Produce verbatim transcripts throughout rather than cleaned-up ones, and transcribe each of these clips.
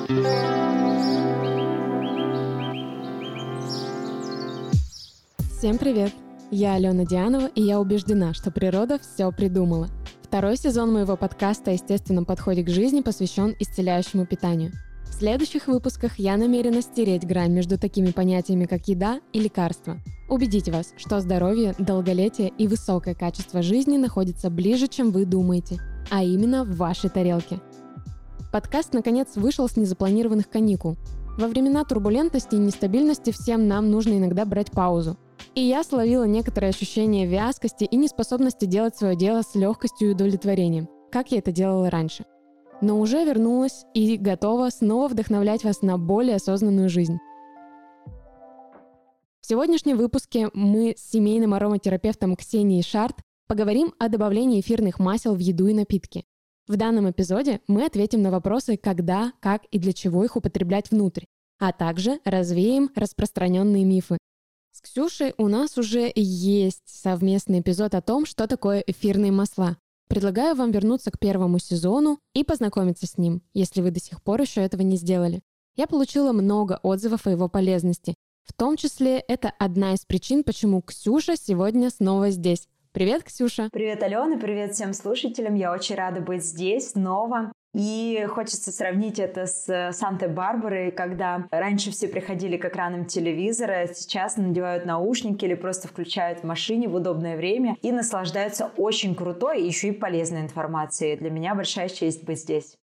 Всем привет! Я Алена Дианова, и я убеждена, что природа все придумала. Второй сезон моего подкаста о естественном подходе к жизни посвящен исцеляющему питанию. В следующих выпусках я намерена стереть грань между такими понятиями, как еда и лекарство. Убедить вас, что здоровье, долголетие и высокое качество жизни находятся ближе, чем вы думаете, а именно в вашей тарелке. Подкаст, наконец, вышел с незапланированных каникул. Во времена турбулентности и нестабильности всем нам нужно иногда брать паузу. И я словила некоторое ощущение вязкости и неспособности делать свое дело с легкостью и удовлетворением, как я это делала раньше. Но уже вернулась и готова снова вдохновлять вас на более осознанную жизнь. В сегодняшнем выпуске мы с семейным ароматерапевтом Ксенией Шарт поговорим о добавлении эфирных масел в еду и напитки. В данном эпизоде мы ответим на вопросы, когда, как и для чего их употреблять внутрь, а также развеем распространенные мифы. С Ксюшей у нас уже есть совместный эпизод о том, что такое эфирные масла. Предлагаю вам вернуться к первому сезону и познакомиться с ним, если вы до сих пор еще этого не сделали. Я получила много отзывов о его полезности. В том числе это одна из причин, почему Ксюша сегодня снова здесь. Привет, Ксюша! Привет, Алена, привет всем слушателям. Я очень рада быть здесь снова. И хочется сравнить это с Сантой-Барбарой, когда раньше все приходили к экранам телевизора, сейчас надевают наушники или просто включают в машине в удобное время и наслаждаются очень крутой и еще и полезной информацией. Для меня большая честь быть здесь.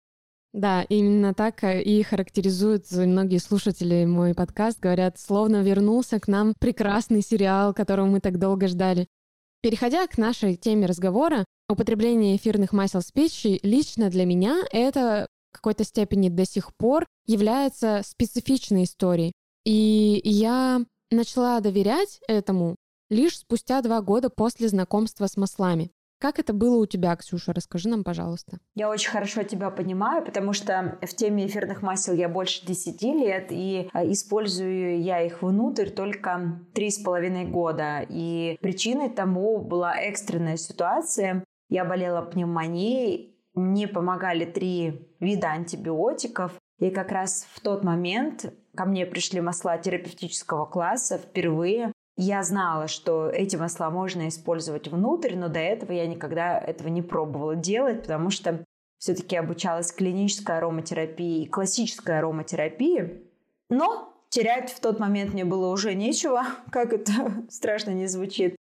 Да, именно так и характеризуют многие слушатели мой подкаст. Говорят, словно вернулся к нам прекрасный сериал, которого мы так долго ждали. Переходя к нашей теме разговора, употребление эфирных масел в пищей лично для меня это в какой-то степени до сих пор является специфичной историей. И я начала доверять этому лишь спустя два года после знакомства с маслами. Как это было у тебя, Ксюша? Расскажи нам, пожалуйста. Я очень хорошо тебя понимаю, потому что в теме эфирных масел я больше десяти лет, и использую я их внутрь только три с половиной года. И причиной тому была экстренная ситуация. Я болела пневмонией, мне помогали три вида антибиотиков. И как раз в тот момент ко мне пришли масла терапевтического класса впервые. Я знала, что эти масла можно использовать внутрь, но до этого я никогда этого не пробовала делать, потому что все-таки обучалась клинической ароматерапии и классической ароматерапии. Но терять в тот момент мне было уже нечего, как это страшно не звучит.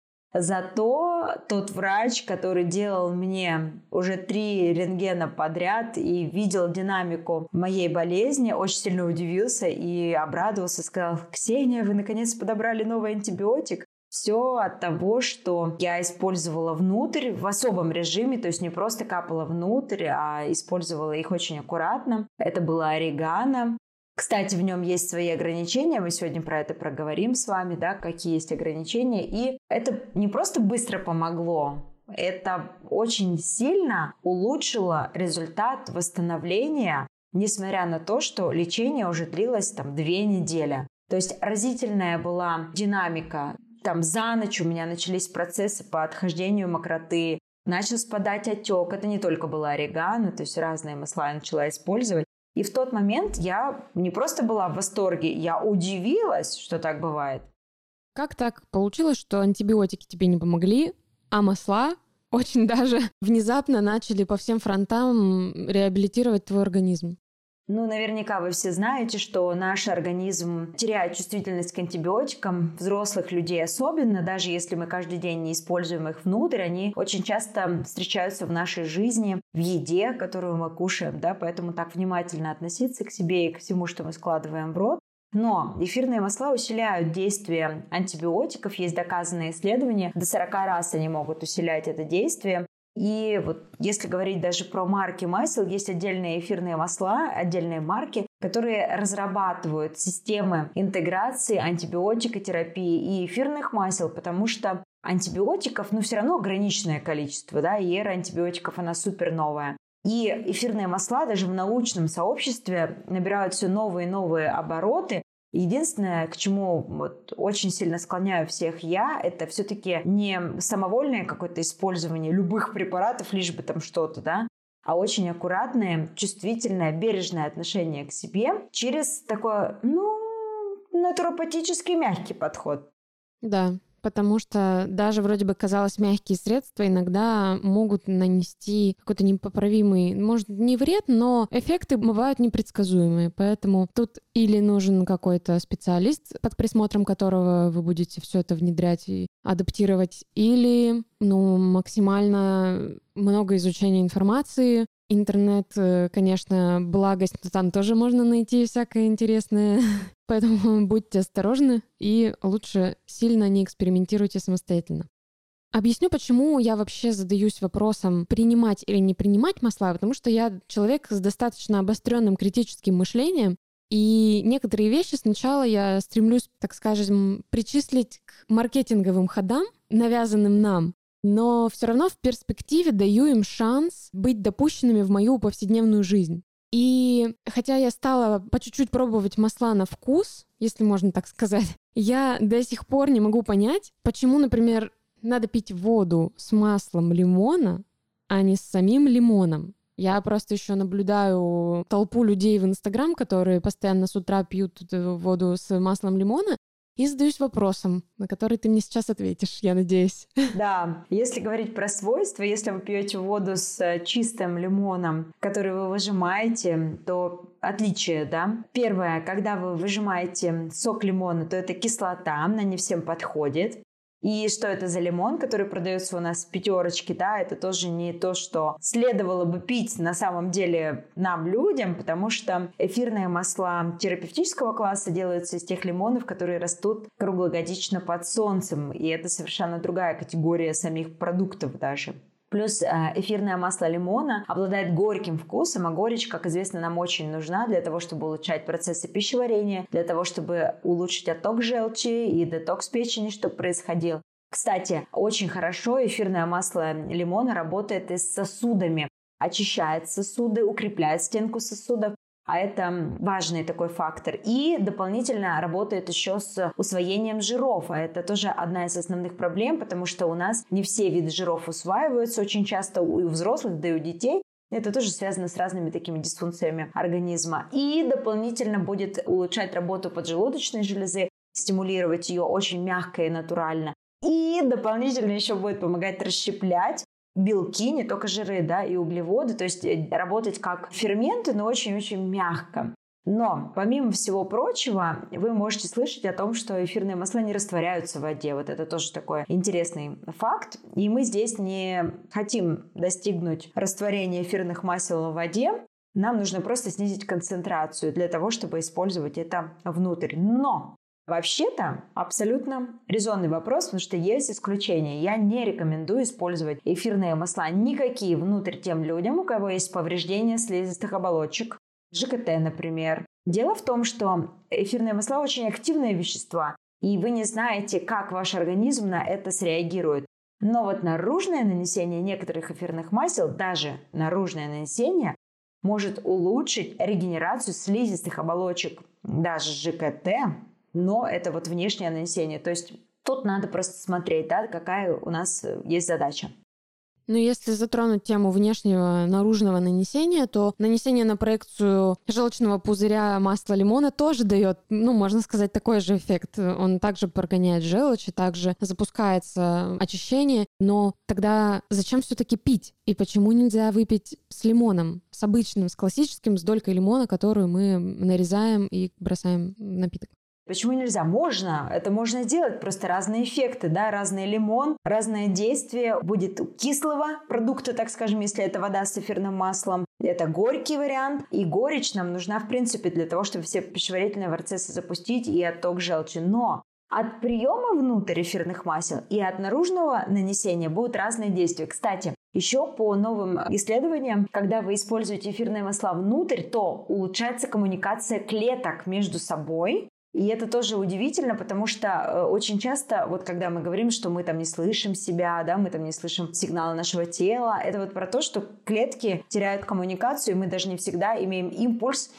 Зато тот врач, который делал мне уже три рентгена подряд и видел динамику моей болезни, очень сильно удивился и обрадовался, сказал: «Ксения, вы наконец подобрали новый антибиотик». Все от того, что я использовала внутрь в особом режиме, то есть не просто капала внутрь, а использовала их очень аккуратно. Это было орегано. Кстати, в нем есть свои ограничения, мы сегодня про это проговорим с вами, да, какие есть ограничения. И это не просто быстро помогло, это очень сильно улучшило результат восстановления, несмотря на то, что лечение уже длилось там две недели. То есть разительная была динамика. Там за ночь у меня начались процессы по отхождению мокроты, начал спадать отек. Это не только было орегано, то есть разные масла я начала использовать. И в тот момент я не просто была в восторге, я удивилась, что так бывает. Как так получилось, что антибиотики тебе не помогли, а масла очень даже внезапно начали по всем фронтам реабилитировать твой организм? Ну, наверняка вы все знаете, что наш организм теряет чувствительность к антибиотикам, взрослых людей особенно, даже если мы каждый день не используем их внутрь, они очень часто встречаются в нашей жизни, в еде, которую мы кушаем, да, поэтому так внимательно относиться к себе и к всему, что мы складываем в рот. Но эфирные масла усиляют действие антибиотиков, есть доказанные исследования, до сорок раз они могут усилять это действие. И вот если говорить даже про марки масел, есть отдельные эфирные масла, отдельные марки, которые разрабатывают системы интеграции антибиотикотерапии и эфирных масел, потому что антибиотиков, ну, все равно ограниченное количество, да, и эра антибиотиков, она супер новая. И эфирные масла даже в научном сообществе набирают все новые и новые обороты. Единственное, к чему вот очень сильно склоняю всех я, это все-таки не самовольное какое-то использование любых препаратов, лишь бы там что-то, да, а очень аккуратное, чувствительное, бережное отношение к себе через такой, ну, натуропатический мягкий подход. Да, потому что даже вроде бы, казалось, мягкие средства иногда могут нанести какой-то непоправимый, может, не вред, но эффекты бывают непредсказуемые. Поэтому тут или нужен какой-то специалист, под присмотром которого вы будете все это внедрять и адаптировать, или ну, максимально много изучения информации. Интернет, конечно, благость, но там тоже можно найти всякое интересное. Поэтому будьте осторожны и лучше сильно не экспериментируйте самостоятельно. Объясню, почему я вообще задаюсь вопросом, принимать или не принимать масла, потому что я человек с достаточно обостренным критическим мышлением, и некоторые вещи сначала я стремлюсь, так скажем, причислить к маркетинговым ходам, навязанным нам, но все равно в перспективе даю им шанс быть допущенными в мою повседневную жизнь. И хотя я стала по чуть-чуть пробовать масла на вкус, если можно так сказать, я до сих пор не могу понять, почему, например, надо пить воду с маслом лимона, а не с самим лимоном. Я просто еще наблюдаю толпу людей в Инстаграм, которые постоянно с утра пьют воду с маслом лимона, и задаюсь вопросом, на который ты мне сейчас ответишь, я надеюсь. Да, если говорить про свойства, если вы пьете воду с чистым лимоном, который вы выжимаете, то отличие, да. Первое, когда вы выжимаете сок лимона, то это кислота, она не всем подходит. И что это за лимон, который продается у нас в пятерочке, да, это тоже не то, что следовало бы пить на самом деле нам, людям, потому что эфирные масла терапевтического класса делаются из тех лимонов, которые растут круглогодично под солнцем, и это совершенно другая категория самих продуктов даже. Плюс эфирное масло лимона обладает горьким вкусом, а горечь, как известно, нам очень нужна для того, чтобы улучшать процессы пищеварения, для того, чтобы улучшить отток желчи и детокс печени, чтобы происходил. Кстати, очень хорошо эфирное масло лимона работает и с сосудами, очищает сосуды, укрепляет стенку сосудов. А это важный такой фактор. И дополнительно работает еще с усвоением жиров. А это тоже одна из основных проблем, потому что у нас не все виды жиров усваиваются. Очень часто у взрослых, да и у детей. Это тоже связано с разными такими дисфункциями организма. И дополнительно будет улучшать работу поджелудочной железы, стимулировать ее очень мягко и натурально. И дополнительно еще будет помогать расщеплять белки, не только жиры, да, и углеводы, то есть работать как ферменты, но очень-очень мягко. Но, помимо всего прочего, вы можете слышать о том, что эфирные масла не растворяются в воде. Вот это тоже такой интересный факт. И мы здесь не хотим достигнуть растворения эфирных масел в воде. Нам нужно просто снизить концентрацию для того, чтобы использовать это внутрь. Но вообще-то абсолютно резонный вопрос, потому что есть исключения. Я не рекомендую использовать эфирные масла никакие внутрь тем людям, у кого есть повреждение слизистых оболочек, ЖКТ, например. Дело в том, что эфирные масла очень активные вещества, и вы не знаете, как ваш организм на это среагирует. Но вот наружное нанесение некоторых эфирных масел, даже наружное нанесение, может улучшить регенерацию слизистых оболочек, даже ЖКТ, но это вот внешнее нанесение. То есть тут надо просто смотреть, да, какая у нас есть задача. Но если затронуть тему внешнего наружного нанесения, то нанесение на проекцию желчного пузыря масла лимона тоже дает, ну, можно сказать, такой же эффект. Он также прогоняет желчь, и также запускается очищение. Но тогда зачем все-таки пить? И почему нельзя выпить с лимоном? С обычным, с классическим, с долькой лимона, которую мы нарезаем и бросаем в напиток? Почему нельзя? Можно. Это можно сделать. Просто разные эффекты, да, разный лимон, разное действие. Будет у кислого продукта, так скажем, если это вода с эфирным маслом. Это горький вариант. И горечь нам нужна, в принципе, для того, чтобы все пищеварительные процессы запустить и отток желчи. Но от приема внутрь эфирных масел и от наружного нанесения будут разные действия. Кстати, еще по новым исследованиям, когда вы используете эфирные масла внутрь, то улучшается коммуникация клеток между собой. И это тоже удивительно, потому что очень часто, вот когда мы говорим, что мы там не слышим себя, да, мы там не слышим сигналы нашего тела, это вот про то, что клетки теряют коммуникацию, и мы даже не всегда имеем импульс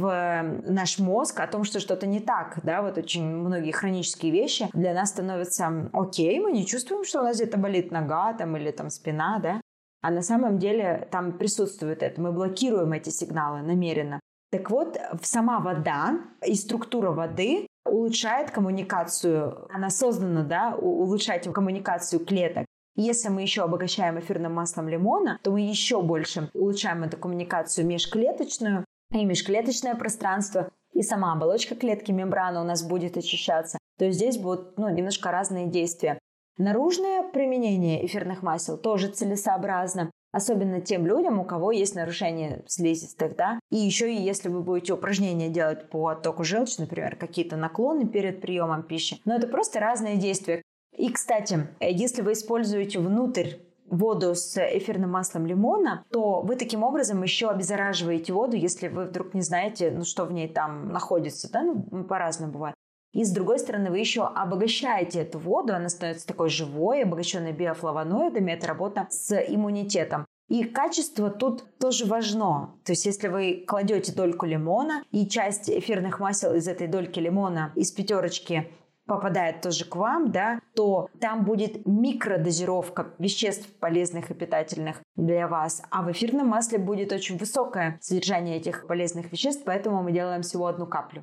в наш мозг о том, что что-то не так, да, вот очень многие хронические вещи для нас становятся окей, мы не чувствуем, что у нас где-то болит нога там или там спина, да. А на самом деле там присутствует это. Мы блокируем эти сигналы намеренно. Так вот, сама вода и структура воды улучшает коммуникацию. Она создана, да, улучшать коммуникацию клеток. И если мы еще обогащаем эфирным маслом лимона, то мы еще больше улучшаем эту коммуникацию межклеточную и межклеточное пространство. И сама оболочка клетки, мембрана у нас будет очищаться. То есть здесь будут ну, немножко разные действия. Наружное применение эфирных масел тоже целесообразно, особенно тем людям, у кого есть нарушение слизистых, да. И еще и если вы будете упражнения делать по оттоку желчи, например, какие-то наклоны перед приемом пищи, но это просто разные действия. И, кстати, если вы используете внутрь воду с эфирным маслом лимона, то вы таким образом еще обеззараживаете воду, если вы вдруг не знаете, ну, что в ней там находится, да, ну, по-разному бывает. И с другой стороны, вы еще обогащаете эту воду, она становится такой живой, обогащенной биофлавоноидами, это работа с иммунитетом. И качество тут тоже важно. То есть если вы кладете дольку лимона, и часть эфирных масел из этой дольки лимона, из пятерочки, попадает тоже к вам, да, то там будет микродозировка веществ полезных и питательных для вас, а в эфирном масле будет очень высокое содержание этих полезных веществ, поэтому мы делаем всего одну каплю.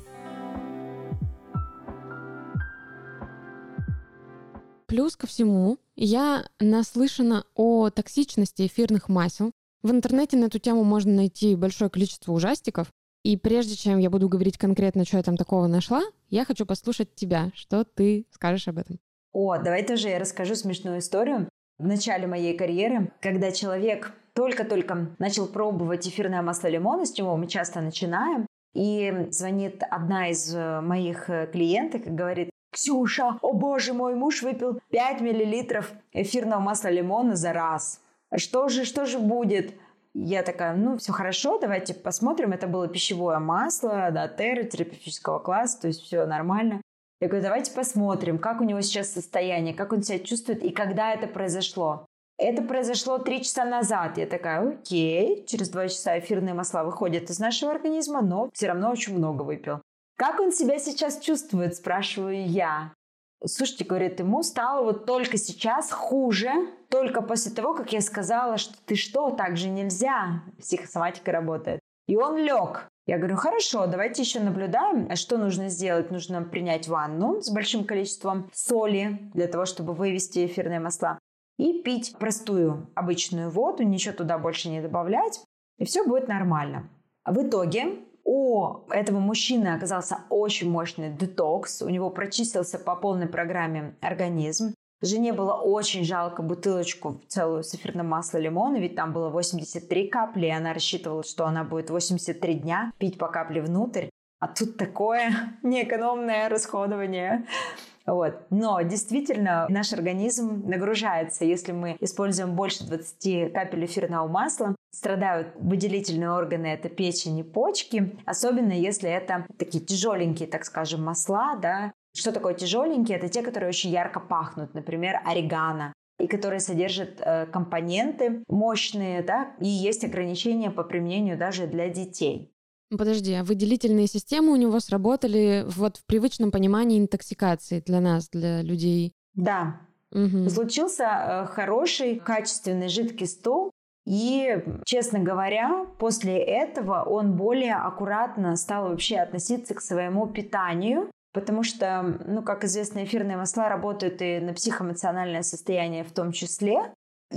Плюс ко всему, я наслышана о токсичности эфирных масел. В интернете на эту тему можно найти большое количество ужастиков. И прежде чем я буду говорить конкретно, что я там такого нашла, я хочу послушать тебя. Что ты скажешь об этом? О, давай тоже я расскажу смешную историю. В начале моей карьеры, когда человек только-только начал пробовать эфирное масло лимона, с чего мы часто начинаем, и звонит одна из моих клиенток и говорит: «Ксюша, о боже, мой муж выпил пять миллилитров эфирного масла лимона за раз. Что же, что же будет?» Я такая: ну, все хорошо, давайте посмотрим. Это было пищевое масло, да, терра, терапевтического класса, то есть все нормально. Я говорю: давайте посмотрим, как у него сейчас состояние, как он себя чувствует и когда это произошло. Это произошло три часа назад. Я такая: окей, через два часа эфирные масла выходят из нашего организма, но все равно очень много выпил. Как он себя сейчас чувствует, спрашиваю я. Слушайте, говорит, ему стало вот только сейчас хуже, только после того, как я сказала, что ты что, так же нельзя, психосоматика работает. И он лег. Я говорю: хорошо, давайте еще наблюдаем. А что нужно сделать? Нужно принять ванну с большим количеством соли для того, чтобы вывести эфирные масла. И пить простую обычную воду, ничего туда больше не добавлять. И все будет нормально. В итоге у этого мужчины оказался очень мощный детокс. У него прочистился по полной программе организм. Жене было очень жалко бутылочку целую с эфирным маслом лимона, ведь там было восемьдесят три капли, и она рассчитывала, что она будет восемьдесят три дня пить по капле внутрь. А тут такое неэкономное расходование. Вот. Но действительно наш организм нагружается. Если мы используем больше двадцати капель эфирного масла, страдают выделительные органы, это печень и почки, особенно если это такие тяжеленькие, так скажем, масла, да. Что такое тяжеленькие? Это те, которые очень ярко пахнут, например, орегано, и которые содержат э, компоненты мощные, да, и есть ограничения по применению даже для детей. Подожди, а выделительные системы у него сработали вот в привычном понимании интоксикации для нас, для людей? Да. Угу. Случился э, хороший, качественный жидкий стул, и, честно говоря, после этого он более аккуратно стал вообще относиться к своему питанию, потому что, ну, как известно, эфирные масла работают и на психоэмоциональное состояние в том числе.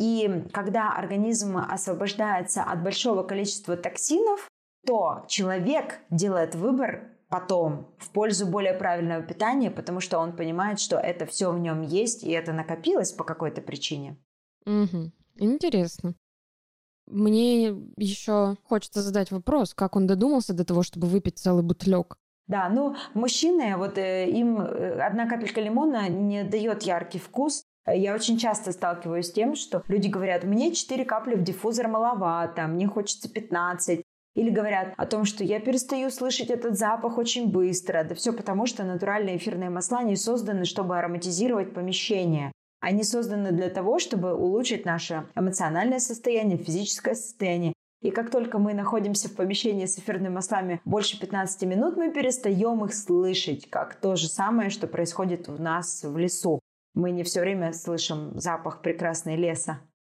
И когда организм освобождается от большого количества токсинов, то человек делает выбор потом в пользу более правильного питания, потому что он понимает, что это все в нем есть, и это накопилось по какой-то причине. Угу. Интересно. Мне еще хочется задать вопрос, как он додумался до того, чтобы выпить целый бутылек? Да, ну, мужчины, вот э, им одна капелька лимона не дает яркий вкус. Я очень часто сталкиваюсь с тем, что люди говорят: мне четыре капли в диффузор маловато, мне хочется пятнадцать. Или говорят о том, что я перестаю слышать этот запах очень быстро. Да все потому, что натуральные эфирные масла не созданы, чтобы ароматизировать помещение. Они созданы для того, чтобы улучшить наше эмоциональное состояние, физическое состояние. И как только мы находимся в помещении с эфирными маслами больше пятнадцати минут, мы перестаем их слышать, как то же самое, что происходит у нас в лесу. Мы не все время слышим запах прекрасного леса.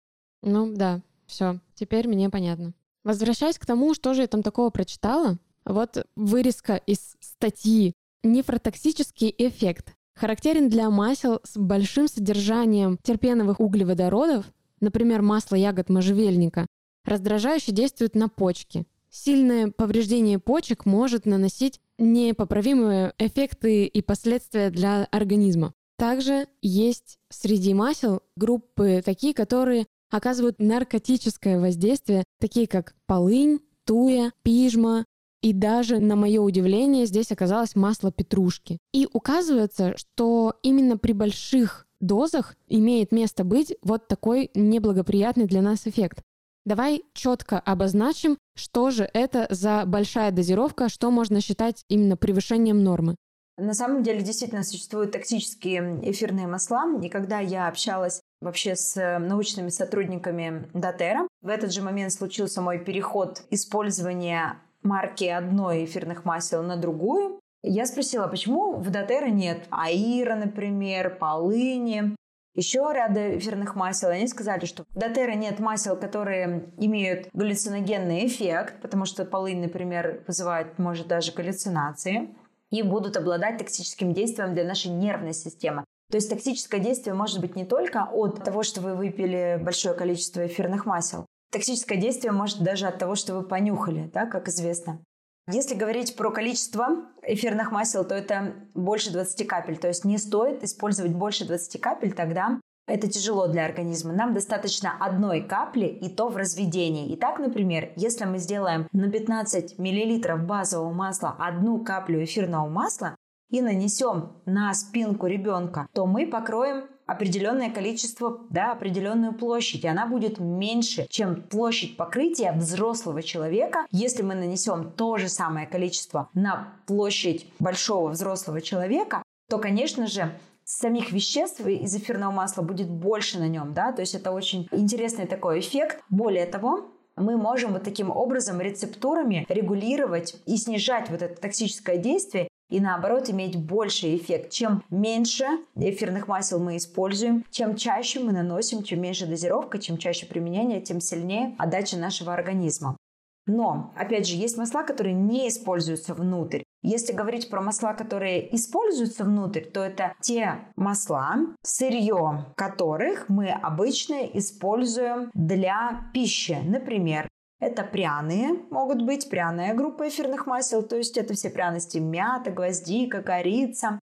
Ну да, все, теперь мне понятно. Возвращаясь к тому, что же я там такого прочитала, вот вырезка из статьи. Нефротоксический эффект характерен для масел с большим содержанием терпеновых углеводородов, например, масло ягод можжевельника, раздражающе действует на почки. Сильное повреждение почек может наносить непоправимые эффекты и последствия для организма. Также есть среди масел группы такие, которые оказывают наркотическое воздействие, такие как полынь, туя, пижма, и даже, на мое удивление, здесь оказалось масло петрушки. И указывается, что именно при больших дозах имеет место быть вот такой неблагоприятный для нас эффект. Давай четко обозначим, что же это за большая дозировка, что можно считать именно превышением нормы. На самом деле действительно существуют токсические эфирные масла, и когда я общалась вообще с научными сотрудниками доТERRA, в этот же момент случился мой переход использования марки одной эфирных масел на другую. Я спросила, почему в доТERRA нет аира, например, полыни, еще ряда эфирных масел. Они сказали, что в доТERRA нет масел, которые имеют галлюциногенный эффект, потому что полынь, например, вызывает, может, даже галлюцинации, и будут обладать токсическим действием для нашей нервной системы. То есть токсическое действие может быть не только от того, что вы выпили большое количество эфирных масел. Токсическое действие может даже от того, что вы понюхали, да, как известно. Если говорить про количество эфирных масел, то это больше двадцати капель. То есть не стоит использовать больше двадцати капель, тогда это тяжело для организма. Нам достаточно одной капли, и то в разведении. Итак, например, если мы сделаем на пятнадцать миллилитров базового масла одну каплю эфирного масла и нанесем на спинку ребенка, то мы покроем определенное количество, да, определенную площадь. И она будет меньше, чем площадь покрытия взрослого человека. Если мы нанесем то же самое количество на площадь большого взрослого человека, то, конечно же, самих веществ из эфирного масла будет больше на нем, да, то есть это очень интересный такой эффект. Более того, мы можем вот таким образом рецептурами регулировать и снижать вот это токсическое действие, и наоборот иметь больший эффект. Чем меньше эфирных масел мы используем, чем чаще мы наносим, чем меньше дозировка, чем чаще применение, тем сильнее отдача нашего организма. Но, опять же, есть масла, которые не используются внутрь. Если говорить про масла, которые используются внутрь, то это те масла, сырье которых мы обычно используем для пищи. Например, это пряные, могут быть пряная группа эфирных масел, то есть это все пряности: мята, гвоздика, корица.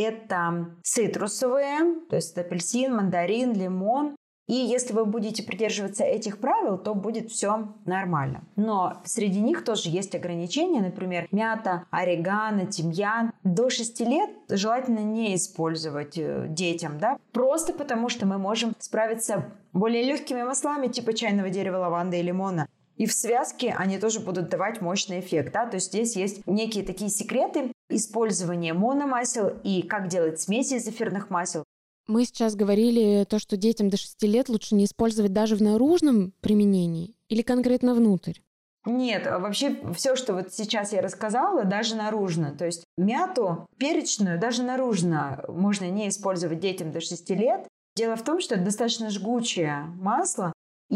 Это цитрусовые, то есть это апельсин, мандарин, лимон. И если вы будете придерживаться этих правил, то будет все нормально. Но среди них тоже есть ограничения. Например, мята, орегано, тимьян. До шести лет желательно не использовать детям, да? Просто потому, что мы можем справиться более легкими маслами типа чайного дерева, лаванды и лимона. И в связке они тоже будут давать мощный эффект. Да? То есть здесь есть некие такие секреты использования мономасел и как делать смеси из эфирных масел. Мы сейчас говорили то, что детям до шести лет лучше не использовать даже в наружном применении или конкретно внутрь? Нет, вообще все, что вот сейчас я рассказала, даже наружно. То есть мяту перечную даже наружно можно не использовать детям до шести лет. Дело в том, что это достаточно жгучее масло.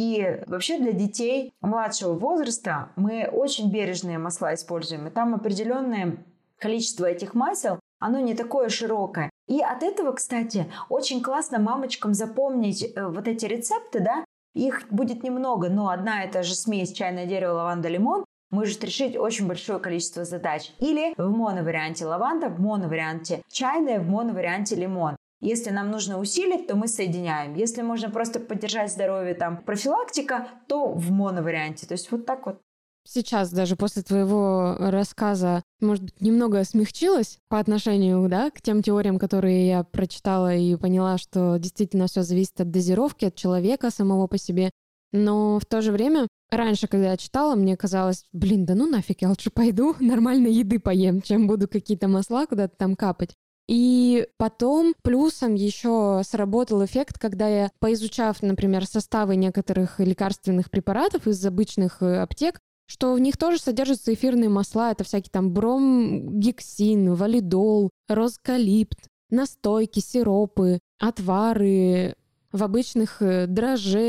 И вообще для детей младшего возраста мы очень бережные масла используем. И там определенное количество этих масел, оно не такое широкое. И от этого, кстати, очень классно мамочкам запомнить вот эти рецепты, да, их будет немного, но одна и та же смесь чайное дерево, лаванда, лимон может решить очень большое количество задач. Или в моноварианте лаванда, в моноварианте чайное, в моноварианте лимон. Если нам нужно усилить, то мы соединяем. Если можно просто поддержать здоровье, там, профилактика, то в моноварианте. То есть вот так вот. Сейчас даже после твоего рассказа, может быть, немного смягчилась по отношению, да, к тем теориям, которые я прочитала и поняла, что действительно все зависит от дозировки, от человека самого по себе. Но в то же время, раньше, когда я читала, мне казалось, блин, да ну нафиг, я лучше пойду нормальной еды поем, чем буду какие-то масла куда-то там капать. И потом плюсом еще сработал эффект, когда я, поизучав, например, составы некоторых лекарственных препаратов из обычных аптек, что в них тоже содержатся эфирные масла, это всякие там бромгексин, валидол, розкалипт, настойки, сиропы, отвары в обычных дрожже,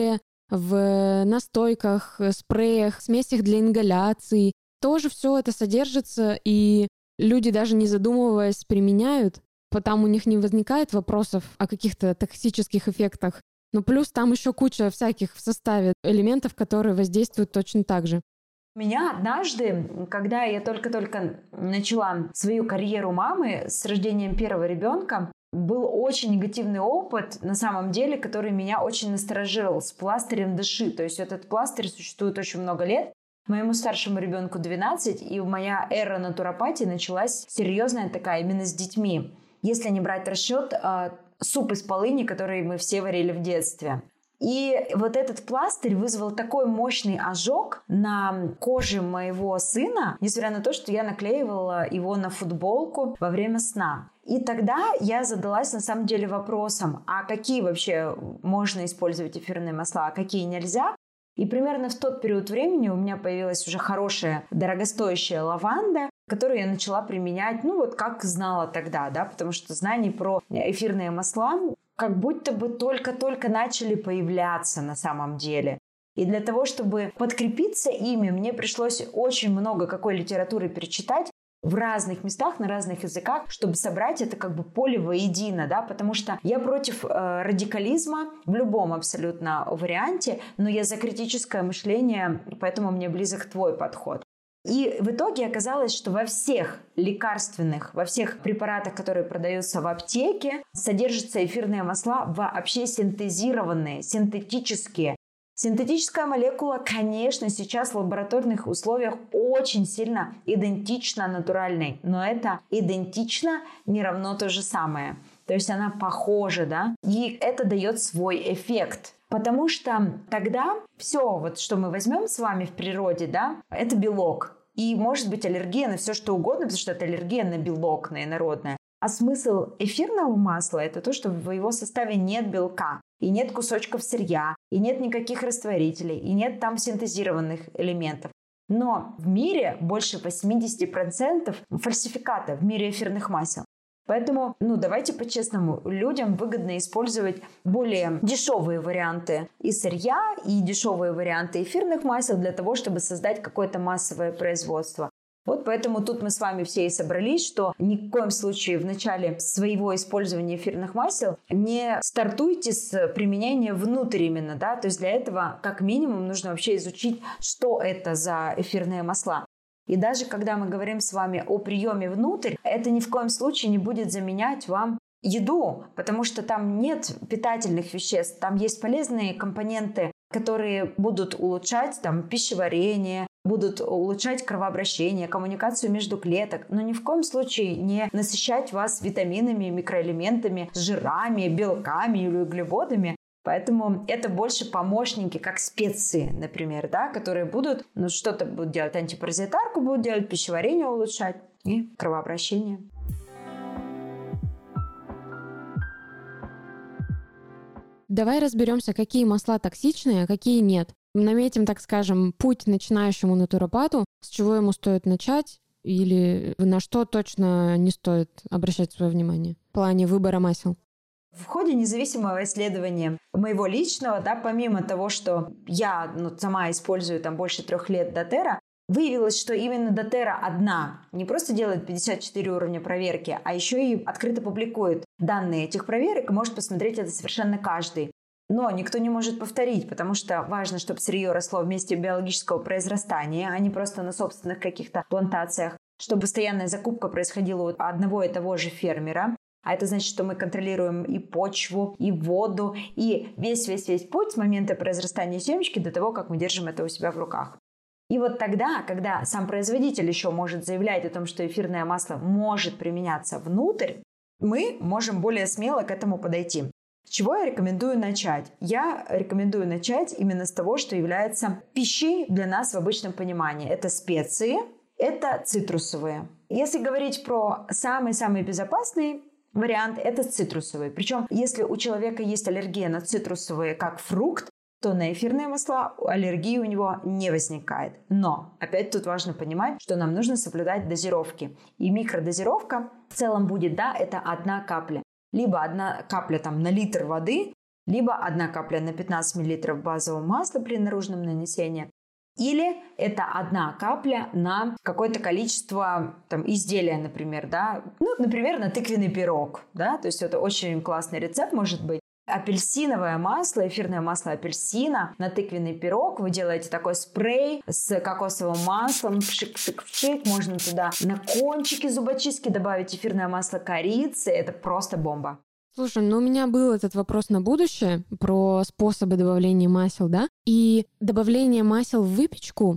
в настойках, спреях, смесях для ингаляции. Тоже все это содержится, и люди, даже не задумываясь, применяют, потому у них не возникает вопросов о каких-то токсических эффектах. Но плюс там еще куча всяких в составе элементов, которые воздействуют точно так же. Меня однажды, когда я только-только начала свою карьеру мамы с рождением первого ребенка, был очень негативный опыт, на самом деле, который меня очень насторожил, с пластырем дыши. То есть этот пластырь существует очень много лет. Моему старшему ребенку двенадцать, и моя эра натуропатии началась серьезная такая именно с детьми. Если не брать в расчет э, суп из полыни, который мы все варили в детстве. И вот этот пластырь вызвал такой мощный ожог на коже моего сына, несмотря на то, что я наклеивала его на футболку во время сна. И тогда я задалась на самом деле вопросом, а какие вообще можно использовать эфирные масла, а какие нельзя. И примерно в тот период времени у меня появилась уже хорошая, дорогостоящая лаванда, которую я начала применять, ну вот как знала тогда, да, потому что знаний про эфирные масла как будто бы только-только начали появляться на самом деле. И для того, чтобы подкрепиться ими, мне пришлось очень много какой литературы перечитать в разных местах, на разных языках, чтобы собрать это как бы поле воедино, да, потому что я против э, радикализма в любом абсолютно варианте, но я за критическое мышление, поэтому мне близок твой подход. И в итоге оказалось, что во всех лекарственных, во всех препаратах, которые продаются в аптеке, содержатся эфирные масла вообще синтезированные, синтетические. Синтетическая молекула, конечно, сейчас в лабораторных условиях очень сильно идентична натуральной, но это идентично не равно то же самое. То есть она похожа, да, и это дает свой эффект. Потому что тогда все, вот что мы возьмем с вами в природе, да, это белок. И может быть аллергия на все что угодно, потому что это аллергия на белок, на инородное. А смысл эфирного масла – это то, что в его составе нет белка, и нет кусочков сырья, и нет никаких растворителей, и нет там синтезированных элементов. Но в мире больше восемьдесят процентов фальсификата в мире эфирных масел. Поэтому, ну, давайте по-честному, людям выгодно использовать более дешевые варианты и сырья, и дешевые варианты эфирных масел для того, чтобы создать какое-то массовое производство. Вот поэтому тут мы с вами все и собрались, что ни в коем случае в начале своего использования эфирных масел не стартуйте с применения внутрь именно, да, то есть для этого как минимум нужно вообще изучить, что это за эфирные масла. И даже когда мы говорим с вами о приеме внутрь, это ни в коем случае не будет заменять вам еду, потому что там нет питательных веществ, там есть полезные компоненты, которые будут улучшать там, пищеварение, будут улучшать кровообращение, коммуникацию между клеток, но ни в коем случае не насыщать вас витаминами, микроэлементами, жирами, белками или углеводами. Поэтому это больше помощники, как специи, например, да, которые будут, ну, что-то будут делать, антипаразитарку будут делать, пищеварение улучшать и кровообращение. Давай разберемся, какие масла токсичные, а какие нет. Наметим, так скажем, путь начинающему натуропату, с чего ему стоит начать или на что точно не стоит обращать свое внимание в плане выбора масел. В ходе независимого исследования моего личного, да, помимо того, что я ну, сама использую там больше трех лет доTERRA, выявилось, что именно доTERRA одна не просто делает пятьдесят четыре уровня проверки, а еще и открыто публикует данные этих проверок, и может посмотреть это совершенно каждый. Но никто не может повторить, потому что важно, чтобы сырье росло в месте биологического произрастания, а не просто на собственных каких-то плантациях, чтобы постоянная закупка происходила у одного и того же фермера. А это значит, что мы контролируем и почву, и воду, и весь-весь-весь путь с момента произрастания семечки до того, как мы держим это у себя в руках. И вот тогда, когда сам производитель еще может заявлять о том, что эфирное масло может применяться внутрь, мы можем более смело к этому подойти. С чего я рекомендую начать? Я рекомендую начать именно с того, что является пищей для нас в обычном понимании. Это специи, это цитрусовые. Если говорить про самый-самый безопасный вариант, это цитрусовые. Причем, если у человека есть аллергия на цитрусовые как фрукт, то на эфирные масла аллергии у него не возникает. Но, опять тут важно понимать, что нам нужно соблюдать дозировки. И микродозировка в целом будет, да, это одна капля. Либо одна капля там на литр воды, либо одна капля на пятнадцать миллилитров базового масла при наружном нанесении, или это одна капля на какое-то количество там, изделия, например, да, ну, например, на тыквенный пирог, да, то есть это очень классный рецепт может быть. Апельсиновое масло, эфирное масло апельсина на тыквенный пирог. Вы делаете такой спрей с кокосовым маслом, пшик-пшик-пшик. Можно туда на кончики зубочистки добавить эфирное масло корицы. Это просто бомба. Слушай, ну у меня был этот вопрос на будущее про способы добавления масел, да? И добавление масел в выпечку,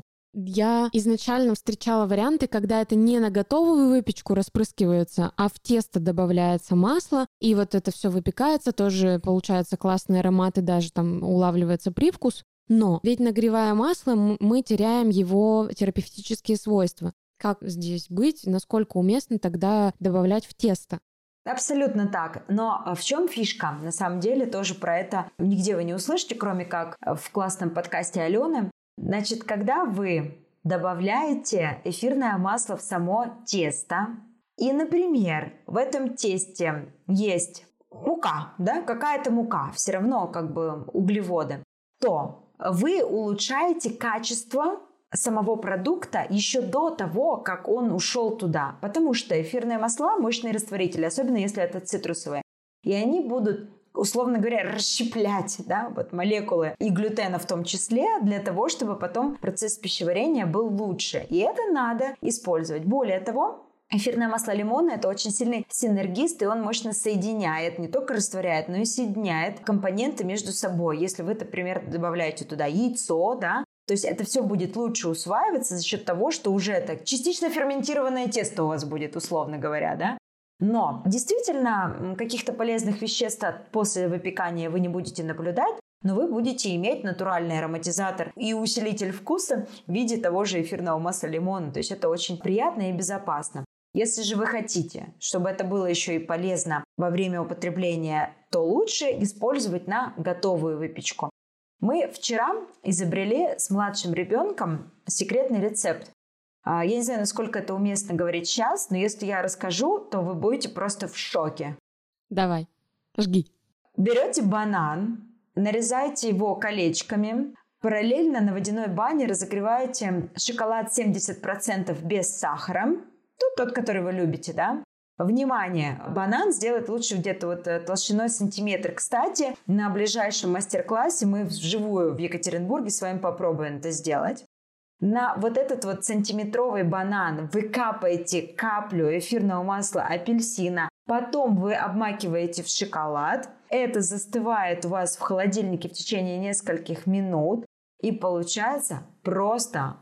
я изначально встречала варианты, когда это не на готовую выпечку распрыскивается, а в тесто добавляется масло, и вот это все выпекается, тоже получаются классные ароматы, даже там улавливается привкус. Но ведь нагревая масло, мы теряем его терапевтические свойства. Как здесь быть? Насколько уместно тогда добавлять в тесто? Абсолютно так. Но в чем фишка? На самом деле тоже про это нигде вы не услышите, кроме как в классном подкасте Алены. Значит, когда вы добавляете эфирное масло в само тесто, и, например, в этом тесте есть мука, да, какая-то мука, все равно как бы углеводы, то вы улучшаете качество самого продукта еще до того, как он ушел туда. Потому что эфирные масла – мощные растворители, особенно если это цитрусовые. И они будут, условно говоря, расщеплять, да, вот молекулы и глютена в том числе, для того, чтобы потом процесс пищеварения был лучше. И это надо использовать. Более того, эфирное масло лимона – это очень сильный синергист, и он мощно соединяет, не только растворяет, но и соединяет компоненты между собой. Если вы, например, добавляете туда яйцо, да, то есть это все будет лучше усваиваться за счет того, что уже это частично ферментированное тесто у вас будет, условно говоря, да. Но действительно каких-то полезных веществ после выпекания вы не будете наблюдать, но вы будете иметь натуральный ароматизатор и усилитель вкуса в виде того же эфирного масла лимона. То есть это очень приятно и безопасно. Если же вы хотите, чтобы это было еще и полезно во время употребления, то лучше использовать на готовую выпечку. Мы вчера изобрели с младшим ребенком секретный рецепт. Я не знаю, насколько это уместно говорить сейчас, но если я расскажу, то вы будете просто в шоке. Давай, жги. Берете банан, нарезаете его колечками, параллельно на водяной бане разогреваете шоколад семьдесят процентов без сахара, ну, тот, который вы любите, да? Внимание! Банан сделать лучше где-то вот толщиной сантиметр. Кстати, на ближайшем мастер-классе мы вживую в Екатеринбурге с вами попробуем это сделать. На вот этот вот сантиметровый банан вы капаете каплю эфирного масла апельсина, потом вы обмакиваете в шоколад. Это застывает у вас в холодильнике в течение нескольких минут, и получается просто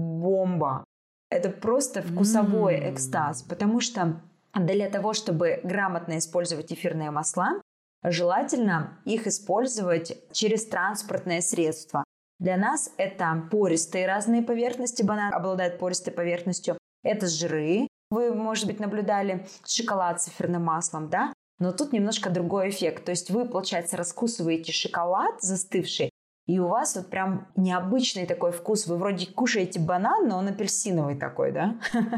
бомба. Это просто вкусовой mm. экстаз, потому что для того, чтобы грамотно использовать эфирные масла, желательно их использовать через транспортное средство. Для нас это пористые разные поверхности, банан обладает пористой поверхностью. Это жиры, вы, может быть, наблюдали шоколад с эфирным маслом, да? Но тут немножко другой эффект. То есть вы, получается, раскусываете шоколад застывший, и у вас вот прям необычный такой вкус. Вы вроде кушаете банан, но он апельсиновый такой, да?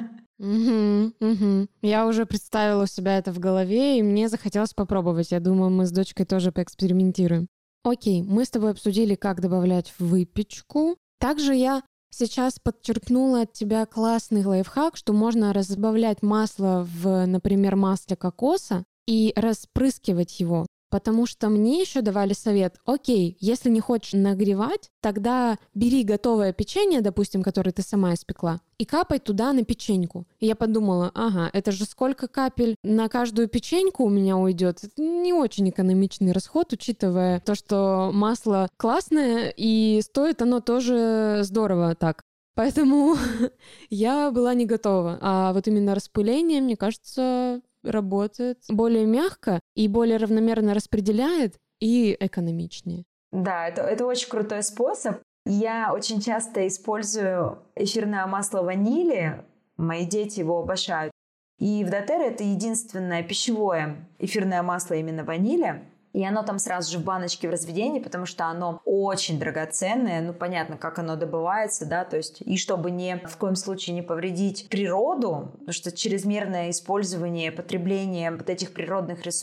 Угу, угу. Я уже представила у себя это в голове, и мне захотелось попробовать. Я думаю, мы с дочкой тоже поэкспериментируем. Окей, мы с тобой обсудили, как добавлять в выпечку. Также я сейчас подчеркнула от тебя классный лайфхак, что можно разбавлять масло в, например, масле кокоса и распрыскивать его. Потому что мне еще давали совет: окей, если не хочешь нагревать, тогда бери готовое печенье, допустим, которое ты сама испекла, и капай туда на печеньку. И я подумала, ага, это же сколько капель на каждую печеньку у меня уйдет. Это не очень экономичный расход, учитывая то, что масло классное, и стоит оно тоже здорово так. Поэтому я была не готова. А вот именно распыление, мне кажется, работает более мягко и более равномерно распределяет и экономичнее. Да, это, это очень крутой способ. Я очень часто использую эфирное масло ванили. Мои дети его обожают. И в доTERRA это единственное пищевое эфирное масло именно ванили. И оно там сразу же в баночке в разведении, потому что оно очень драгоценное. Ну, понятно, как оно добывается, да, то есть, и чтобы ни в коем случае не повредить природу, потому что чрезмерное использование, потребление вот этих природных ресурсов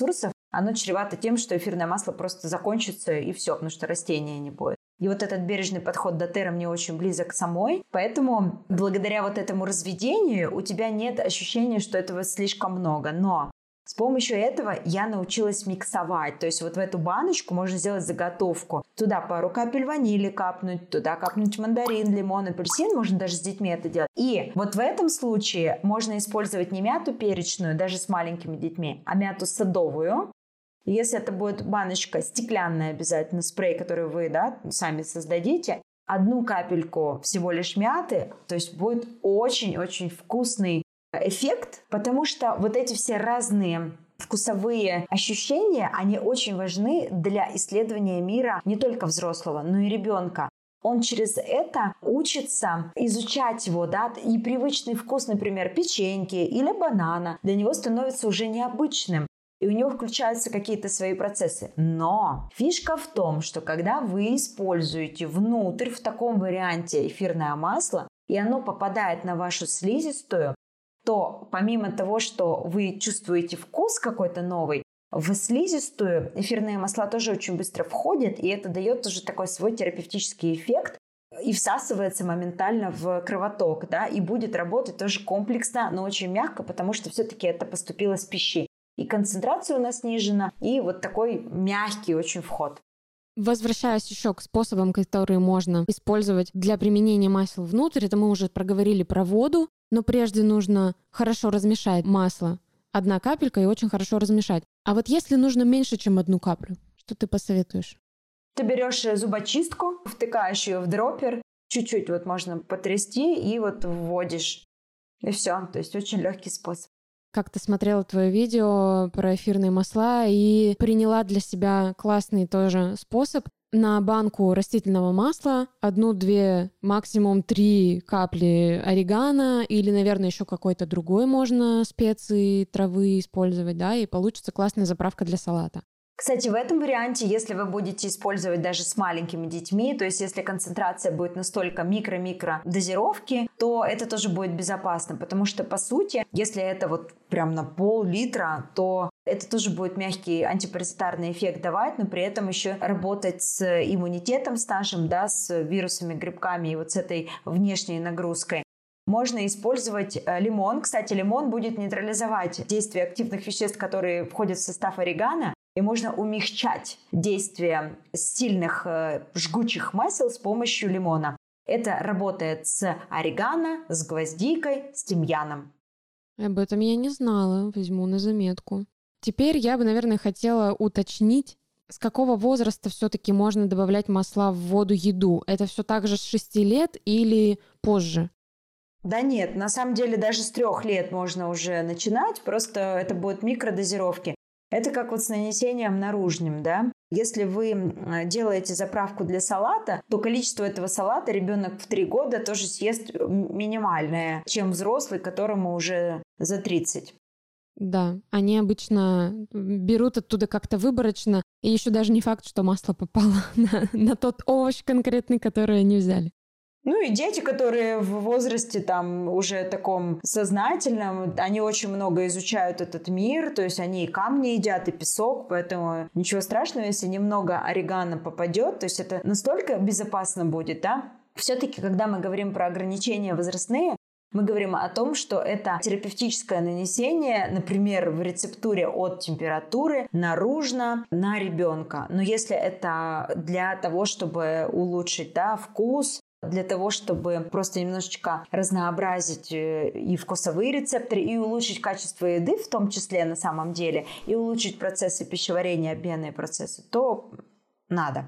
оно чревато тем, что эфирное масло просто закончится и все, потому что растения не будет. И вот этот бережный подход доTERRA мне очень близок самой. Поэтому благодаря вот этому разведению у тебя нет ощущения, что этого слишком много. Но с помощью этого я научилась миксовать. То есть вот в эту баночку можно сделать заготовку. Туда пару капель ванили капнуть, туда капнуть мандарин, лимон, апельсин. Можно даже с детьми это делать. И вот в этом случае можно использовать не мяту перечную, даже с маленькими детьми, а мяту садовую. Если это будет баночка стеклянная обязательно, спрей, который вы, да, сами создадите, одну капельку всего лишь мяты, то есть будет очень-очень вкусный эффект, потому что вот эти все разные вкусовые ощущения, они очень важны для исследования мира не только взрослого, но и ребенка. Он через это учится изучать его, да, и привычный вкус, например, печеньки или банана для него становится уже необычным. И у него включаются какие-то свои процессы. Но фишка в том, что когда вы используете внутрь в таком варианте эфирное масло, и оно попадает на вашу слизистую, то помимо того, что вы чувствуете вкус какой-то новый, в слизистую эфирные масла тоже очень быстро входят, и это дает тоже такой свой терапевтический эффект и всасывается моментально в кровоток, да, и будет работать тоже комплексно, но очень мягко, потому что все-таки это поступило с пищей. И концентрация у нас снижена, и вот такой мягкий очень вход. Возвращаясь еще к способам, которые можно использовать для применения масел внутрь, это мы уже проговорили про воду, но прежде нужно хорошо размешать масло. Одна капелька и очень хорошо размешать. А вот если нужно меньше, чем одну каплю, что ты посоветуешь? Ты берешь зубочистку, втыкаешь ее в дроппер, чуть-чуть вот можно потрясти и вот вводишь. И все. То есть очень легкий способ. Как-то смотрела твое видео про эфирные масла и приняла для себя классный тоже способ. На банку растительного масла одну-две, максимум три капли орегано или, наверное, еще какой-то другой можно специи, травы использовать, да, и получится классная заправка для салата. Кстати, в этом варианте, если вы будете использовать даже с маленькими детьми, то есть если концентрация будет настолько микро-микро дозировки, то это тоже будет безопасно, потому что, по сути, если это вот прям на пол-литра, то это тоже будет мягкий антипаразитарный эффект давать, но при этом еще работать с иммунитетом с нашим, да, с вирусами, грибками и вот с этой внешней нагрузкой. Можно использовать лимон. Кстати, лимон будет нейтрализовать действие активных веществ, которые входят в состав орегано, и можно умягчать действие сильных э, жгучих масел с помощью лимона. Это работает с орегано, с гвоздикой, с тимьяном. Об этом я не знала, возьму на заметку. Теперь я бы, наверное, хотела уточнить, с какого возраста все-таки можно добавлять масла в воду-еду? Это все так же с шести лет или позже? Да нет, на самом деле даже с трех лет можно уже начинать, просто это будут микродозировки. Это как вот с нанесением наружным, да. Если вы делаете заправку для салата, то количество этого салата ребенок в три года тоже съест минимальное, чем взрослый, которому уже за тридцать. Да, они обычно берут оттуда как-то выборочно, и еще даже не факт, что масло попало на, на тот овощ конкретный, который они взяли. Ну и дети, которые в возрасте там уже таком сознательном, они очень много изучают этот мир, то есть они и камни едят, и песок, поэтому ничего страшного, если немного орегано попадет, то есть это настолько безопасно будет, да? Все-таки, когда мы говорим про ограничения возрастные, мы говорим о том, что это терапевтическое нанесение, например, в рецептуре от температуры наружно на ребенка. Но если это для того, чтобы улучшить, да, вкус, для того, чтобы просто немножечко разнообразить и вкусовые рецепторы, и улучшить качество еды в том числе на самом деле, и улучшить процессы пищеварения, обменные процессы, то надо.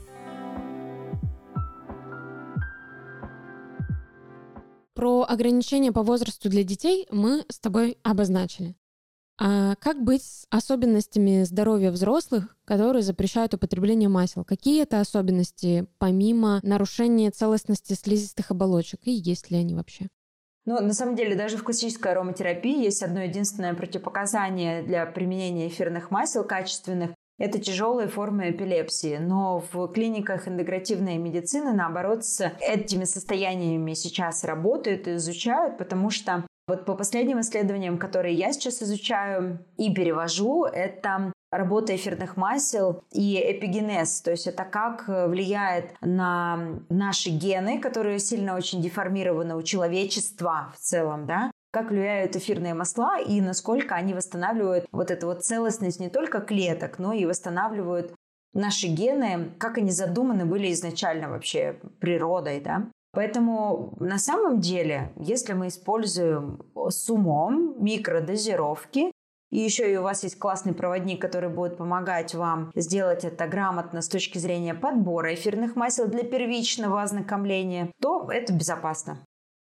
Про ограничения по возрасту для детей мы с тобой обозначили. А как быть с особенностями здоровья взрослых, которые запрещают употребление масел? Какие это особенности, помимо нарушения целостности слизистых оболочек? И есть ли они вообще? Ну, на самом деле, даже в классической ароматерапии есть одно единственное противопоказание для применения эфирных масел качественных. Это тяжелые формы эпилепсии. Но в клиниках интегративной медицины, наоборот, с этими состояниями сейчас работают и изучают, потому что вот по последним исследованиям, которые я сейчас изучаю и перевожу, это работа эфирных масел и эпигенез, то есть это как влияет на наши гены, которые сильно очень деформированы у человечества в целом, да, как влияют эфирные масла и насколько они восстанавливают вот эту вот целостность не только клеток, но и восстанавливают наши гены, как они задуманы были изначально вообще природой, да. Поэтому на самом деле, если мы используем с умом микродозировки, и еще и у вас есть классный проводник, который будет помогать вам сделать это грамотно с точки зрения подбора эфирных масел для первичного ознакомления, то это безопасно.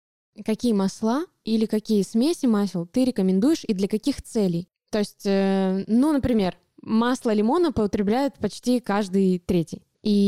Какие масла или какие смеси масел ты рекомендуешь и для каких целей? То есть, э, ну, например, масло лимона потребляет почти каждый третий.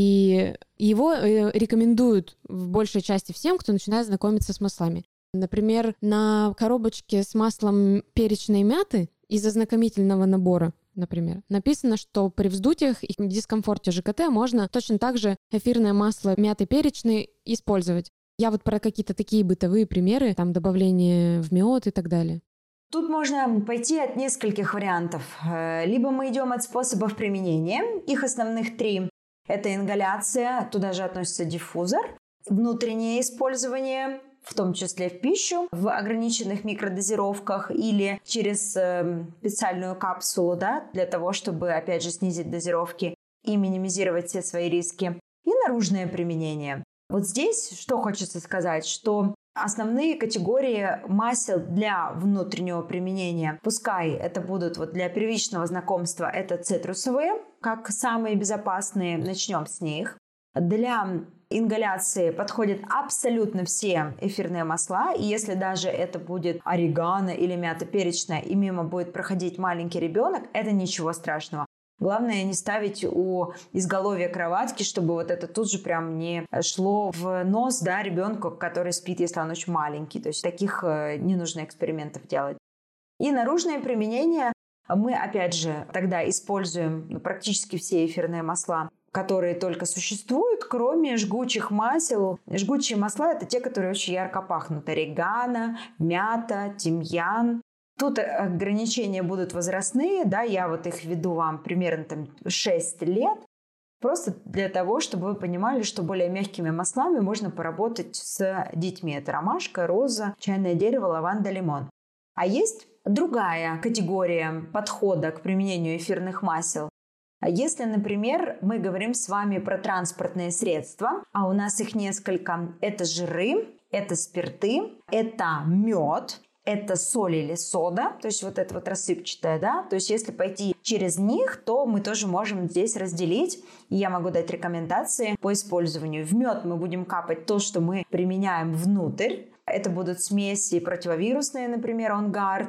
И его э, рекомендуют в большей части всем, кто начинает знакомиться с маслами. Например, на коробочке с маслом перечной мяты из ознакомительного набора, например, написано, что при вздутиях и дискомфорте ЖКТ можно точно так же эфирное масло мяты перечной использовать. Я вот про какие-то такие бытовые примеры, там добавление в мед и так далее. Тут можно пойти от нескольких вариантов. Либо мы идем от способов применения. Их основных три. Это ингаляция, туда же относится диффузор, внутреннее использование, в том числе в пищу, в ограниченных микродозировках или через э, специальную капсулу, да, для того, чтобы, опять же, снизить дозировки и минимизировать все свои риски. И наружное применение. Вот здесь что хочется сказать, что основные категории масел для внутреннего применения, пускай это будут вот для первичного знакомства, это цитрусовые, как самые безопасные, начнем с них. Для ингаляции подходят абсолютно все эфирные масла, и если даже это будет орегано или мята перечная, и мимо будет проходить маленький ребенок, это ничего страшного. Главное не ставить у изголовья кроватки, чтобы вот это тут же прям не шло в нос, да, ребенку, который спит, если он очень маленький. То есть таких не нужно экспериментов делать. И наружное применение мы, опять же, тогда используем ну, практически все эфирные масла, которые только существуют, кроме жгучих масел. Жгучие масла – это те, которые очень ярко пахнут. Орегано, мята, тимьян. Тут ограничения будут возрастные, да, я вот их веду вам примерно там шесть лет, просто для того, чтобы вы понимали, что более мягкими маслами можно поработать с детьми. Это ромашка, роза, чайное дерево, лаванда, лимон. А есть другая категория подхода к применению эфирных масел. Если, например, мы говорим с вами про транспортные средства, а у нас их несколько, это жиры, это спирты, это мед, это соль или сода, то есть вот это вот рассыпчатое, да, то есть если пойти через них, то мы тоже можем здесь разделить, и я могу дать рекомендации по использованию. В мед мы будем капать то, что мы применяем внутрь, это будут смеси противовирусные, например, OnGuard,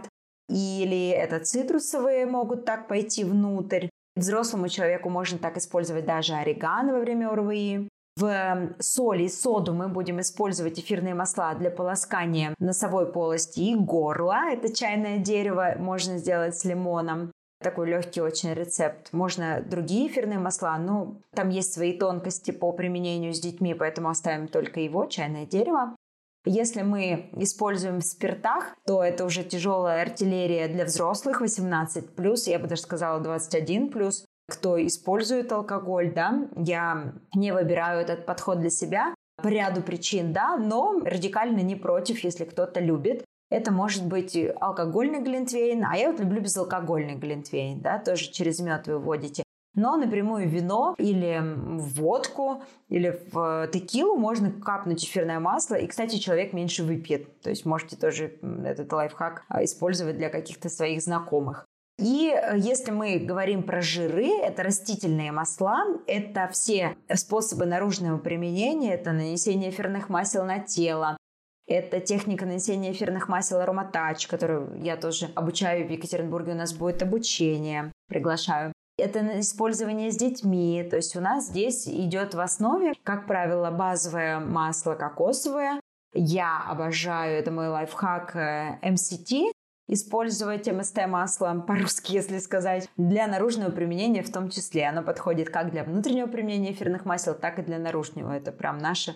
или это цитрусовые могут так пойти внутрь. Взрослому человеку можно так использовать даже орегано во время ОРВИ. В соли и соду мы будем использовать эфирные масла для полоскания носовой полости и горла. Это чайное дерево, можно сделать с лимоном. Такой легкий очень рецепт. Можно другие эфирные масла, но там есть свои тонкости по применению с детьми, поэтому оставим только его, чайное дерево. Если мы используем в спиртах, то это уже тяжелая артиллерия для взрослых, восемнадцать плюс, я бы даже сказала двадцать один плюс. Кто использует алкоголь, да, я не выбираю этот подход для себя по ряду причин, да, но радикально не против, если кто-то любит. Это может быть алкогольный глинтвейн, а я вот люблю безалкогольный глинтвейн, да, тоже через мед вы вводите. Но напрямую вино или в водку, или в текилу можно капнуть эфирное масло. И, кстати, человек меньше выпьет. То есть можете тоже этот лайфхак использовать для каких-то своих знакомых. И если мы говорим про жиры, это растительные масла, это все способы наружного применения, это нанесение эфирных масел на тело, это техника нанесения эфирных масел ароматач, которую я тоже обучаю в Екатеринбурге, у нас будет обучение, приглашаю. Это использование с детьми, то есть у нас здесь идет в основе, как правило, базовое масло кокосовое. Я обожаю, это мой лайфхак, эм си ти, использовать эм эс тэ-масло, по-русски, если сказать, для наружного применения в том числе. Оно подходит как для внутреннего применения эфирных масел, так и для наружного. Это прям наша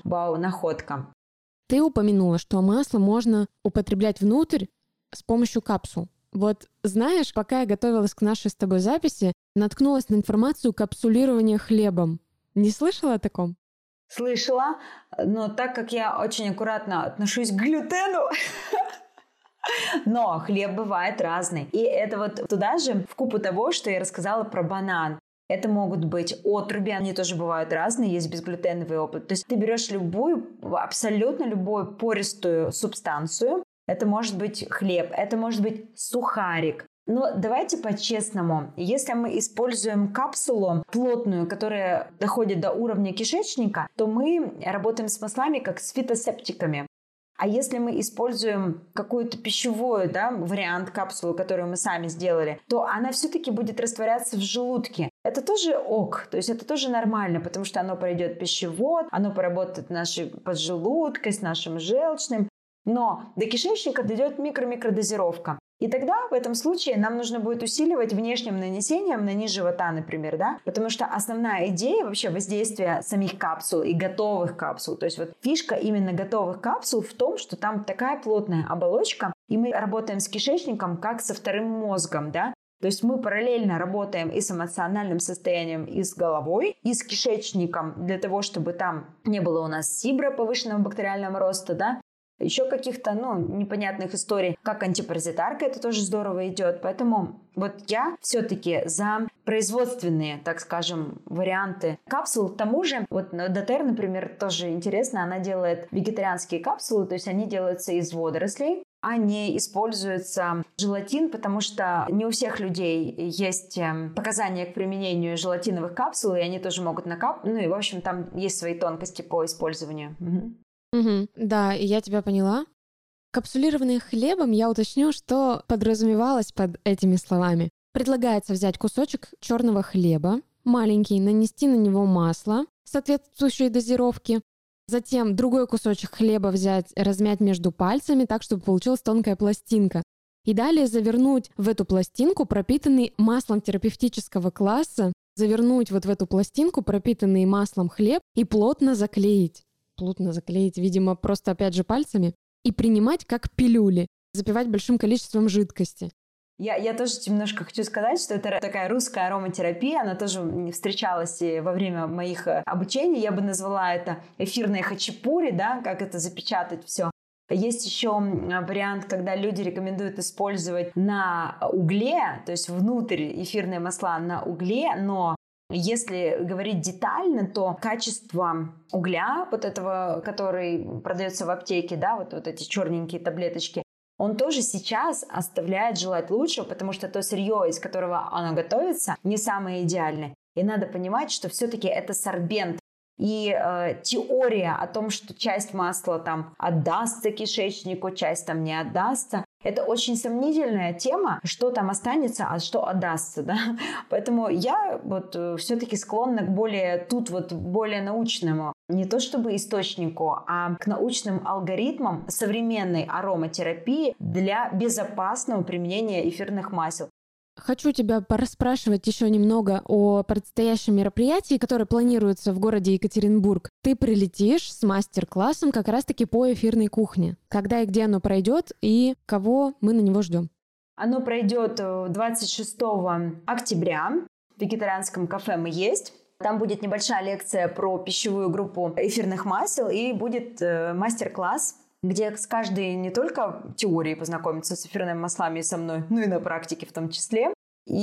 вау-находка. Ты упомянула, что масло можно употреблять внутрь с помощью капсул. Вот знаешь, пока я готовилась к нашей с тобой записи, наткнулась на информацию капсулирования хлебом. Не слышала о таком? Слышала, но так как я очень аккуратно отношусь к глютену, но хлеб бывает разный. И это вот туда же вкупу того, что я рассказала про банан. Это могут быть отруби, они тоже бывают разные, есть безглютеновый опыт. То есть ты берешь любую, абсолютно любую пористую субстанцию. Это может быть хлеб, это может быть сухарик. Но давайте по-честному, если мы используем капсулу плотную, которая доходит до уровня кишечника, то мы работаем с маслами как с фитосептиками. А если мы используем какую-то пищевую, да, вариант капсулы, которую мы сами сделали, то она все-таки будет растворяться в желудке. Это тоже ок, то есть это тоже нормально, потому что оно пройдет пищевод, оно поработает нашей поджелудкой, с нашим желчным. Но до кишечника дойдет микро-микродозировка. И тогда в этом случае нам нужно будет усиливать внешним нанесением на низ живота, например, да, потому что основная идея вообще воздействия самих капсул и готовых капсул, то есть вот фишка именно готовых капсул в том, что там такая плотная оболочка, и мы работаем с кишечником как со вторым мозгом, да. То есть мы параллельно работаем и с эмоциональным состоянием, и с головой, и с кишечником для того, чтобы там не было у нас сибра, повышенного бактериального роста, да, еще каких-то, ну, непонятных историй, как антипаразитарка, это тоже здорово идет. Поэтому вот я все-таки за производственные, так скажем, варианты капсул. К тому же, вот ДОТЕР, например, тоже интересно, она делает вегетарианские капсулы, то есть они делаются из водорослей, а не используется желатин, потому что не у всех людей есть показания к применению желатиновых капсул, и они тоже могут накапливать. Ну и, в общем, там есть свои тонкости по использованию. Угу. Угу, да, и я тебя поняла. Капсулированный хлебом я уточню, что подразумевалось под этими словами. Предлагается взять кусочек черного хлеба, маленький, нанести на него масло соответствующей дозировки, затем другой кусочек хлеба взять, размять между пальцами так, чтобы получилась тонкая пластинка. И далее завернуть в эту пластинку пропитанный маслом терапевтического класса, завернуть вот в эту пластинку пропитанный маслом хлеб и плотно заклеить. плотно заклеить, видимо, просто опять же пальцами, и принимать как пилюли, запивать большим количеством жидкости. Я, я тоже немножко хочу сказать, что это такая русская ароматерапия, она тоже встречалась во время моих обучений, я бы назвала это эфирной хачапури, да, как это запечатать все. Есть еще вариант, когда люди рекомендуют использовать на угле, то есть внутрь эфирные масла на угле, но если говорить детально, то качество угля, вот этого, который продается в аптеке, да, вот, вот эти черненькие таблеточки, он тоже сейчас оставляет желать лучшего, потому что то сырье, из которого оно готовится, не самое идеальное. И надо понимать, что все-таки это сорбент. И э, теория о том, что часть масла там отдастся кишечнику, часть там не отдастся, это очень сомнительная тема, что там останется, а что отдастся, да. Поэтому я вот все-таки склонна к более тут вот более научному, не то чтобы источнику, а к научным алгоритмам современной ароматерапии для безопасного применения эфирных масел. Хочу тебя порасспрашивать еще немного о предстоящем мероприятии, которое планируется в городе Екатеринбург. Ты прилетишь с мастер-классом как раз-таки по эфирной кухне. Когда и где оно пройдет, и кого мы на него ждем? Оно пройдет двадцать шестого октября. В вегетарианском кафе мы есть. Там будет небольшая лекция про пищевую группу эфирных масел и будет мастер-класс, где с каждой не только теорией познакомиться с эфирными маслами и со мной, но и на практике в том числе.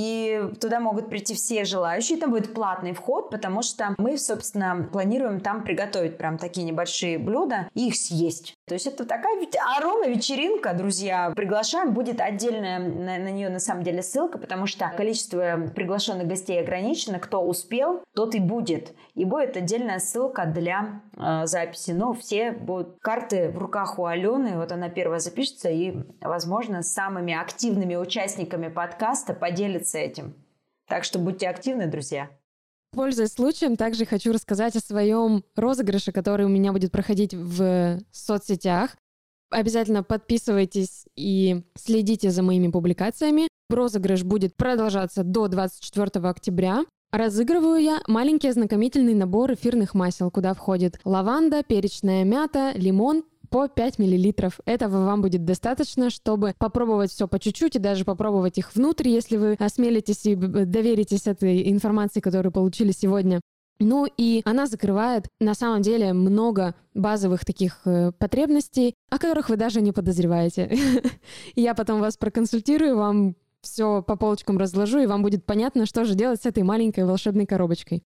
И туда могут прийти все желающие. Там будет платный вход, потому что мы, собственно, планируем там приготовить прям такие небольшие блюда и их съесть. То есть это такая арома-вечеринка, друзья. Приглашаем. Будет отдельная на, на нее, на самом деле, ссылка, потому что количество приглашенных гостей ограничено. Кто успел, тот и будет. И будет отдельная ссылка для э, записи. Но все будут карты в руках у Алены. Вот она первая запишется и, возможно, с самыми активными участниками подкаста поделится этим. Так что будьте активны, друзья. Пользуясь случаем, также хочу рассказать о своем розыгрыше, который у меня будет проходить в соцсетях. Обязательно подписывайтесь и следите за моими публикациями. Розыгрыш будет продолжаться до двадцать четвёртого октября. Разыгрываю я маленький ознакомительный набор эфирных масел, куда входит лаванда, перечная мята, лимон, по пять миллилитров. Этого вам будет достаточно, чтобы попробовать все по чуть-чуть и даже попробовать их внутрь, если вы осмелитесь и доверитесь этой информации, которую получили сегодня. Ну и она закрывает на самом деле много базовых таких э, потребностей, о которых вы даже не подозреваете. Я потом вас проконсультирую, вам все по полочкам разложу, и вам будет понятно, что же делать с этой маленькой волшебной коробочкой.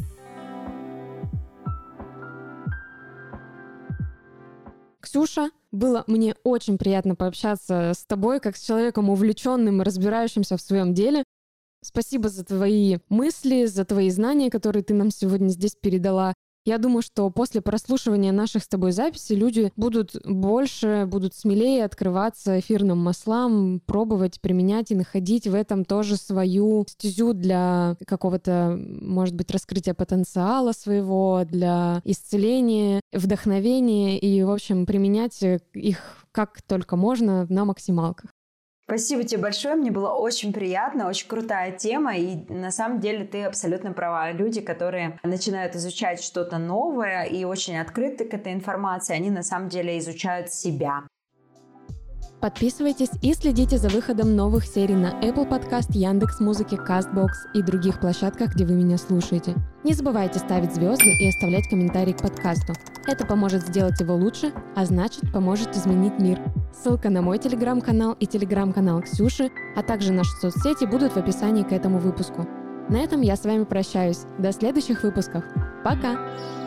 Ксюша, было мне очень приятно пообщаться с тобой, как с человеком увлеченным и разбирающимся в своем деле. Спасибо за твои мысли, за твои знания, которые ты нам сегодня здесь передала. Я думаю, что после прослушивания наших с тобой записей люди будут больше, будут смелее открываться эфирным маслам, пробовать, применять и находить в этом тоже свою стезю для какого-то, может быть, раскрытия потенциала своего, для исцеления, вдохновения и, в общем, применять их как только можно на максималках. Спасибо тебе большое, мне было очень приятно, очень крутая тема, и на самом деле ты абсолютно права. Люди, которые начинают изучать что-то новое и очень открыты к этой информации, они на самом деле изучают себя. Подписывайтесь и следите за выходом новых серий на Apple Podcast, Яндекс.Музыке, Castbox и других площадках, где вы меня слушаете. Не забывайте ставить звезды и оставлять комментарии к подкасту. Это поможет сделать его лучше, а значит, поможет изменить мир. Ссылка на мой телеграм-канал и телеграм-канал Ксюши, а также наши соцсети будут в описании к этому выпуску. На этом я с вами прощаюсь. До следующих выпусков. Пока!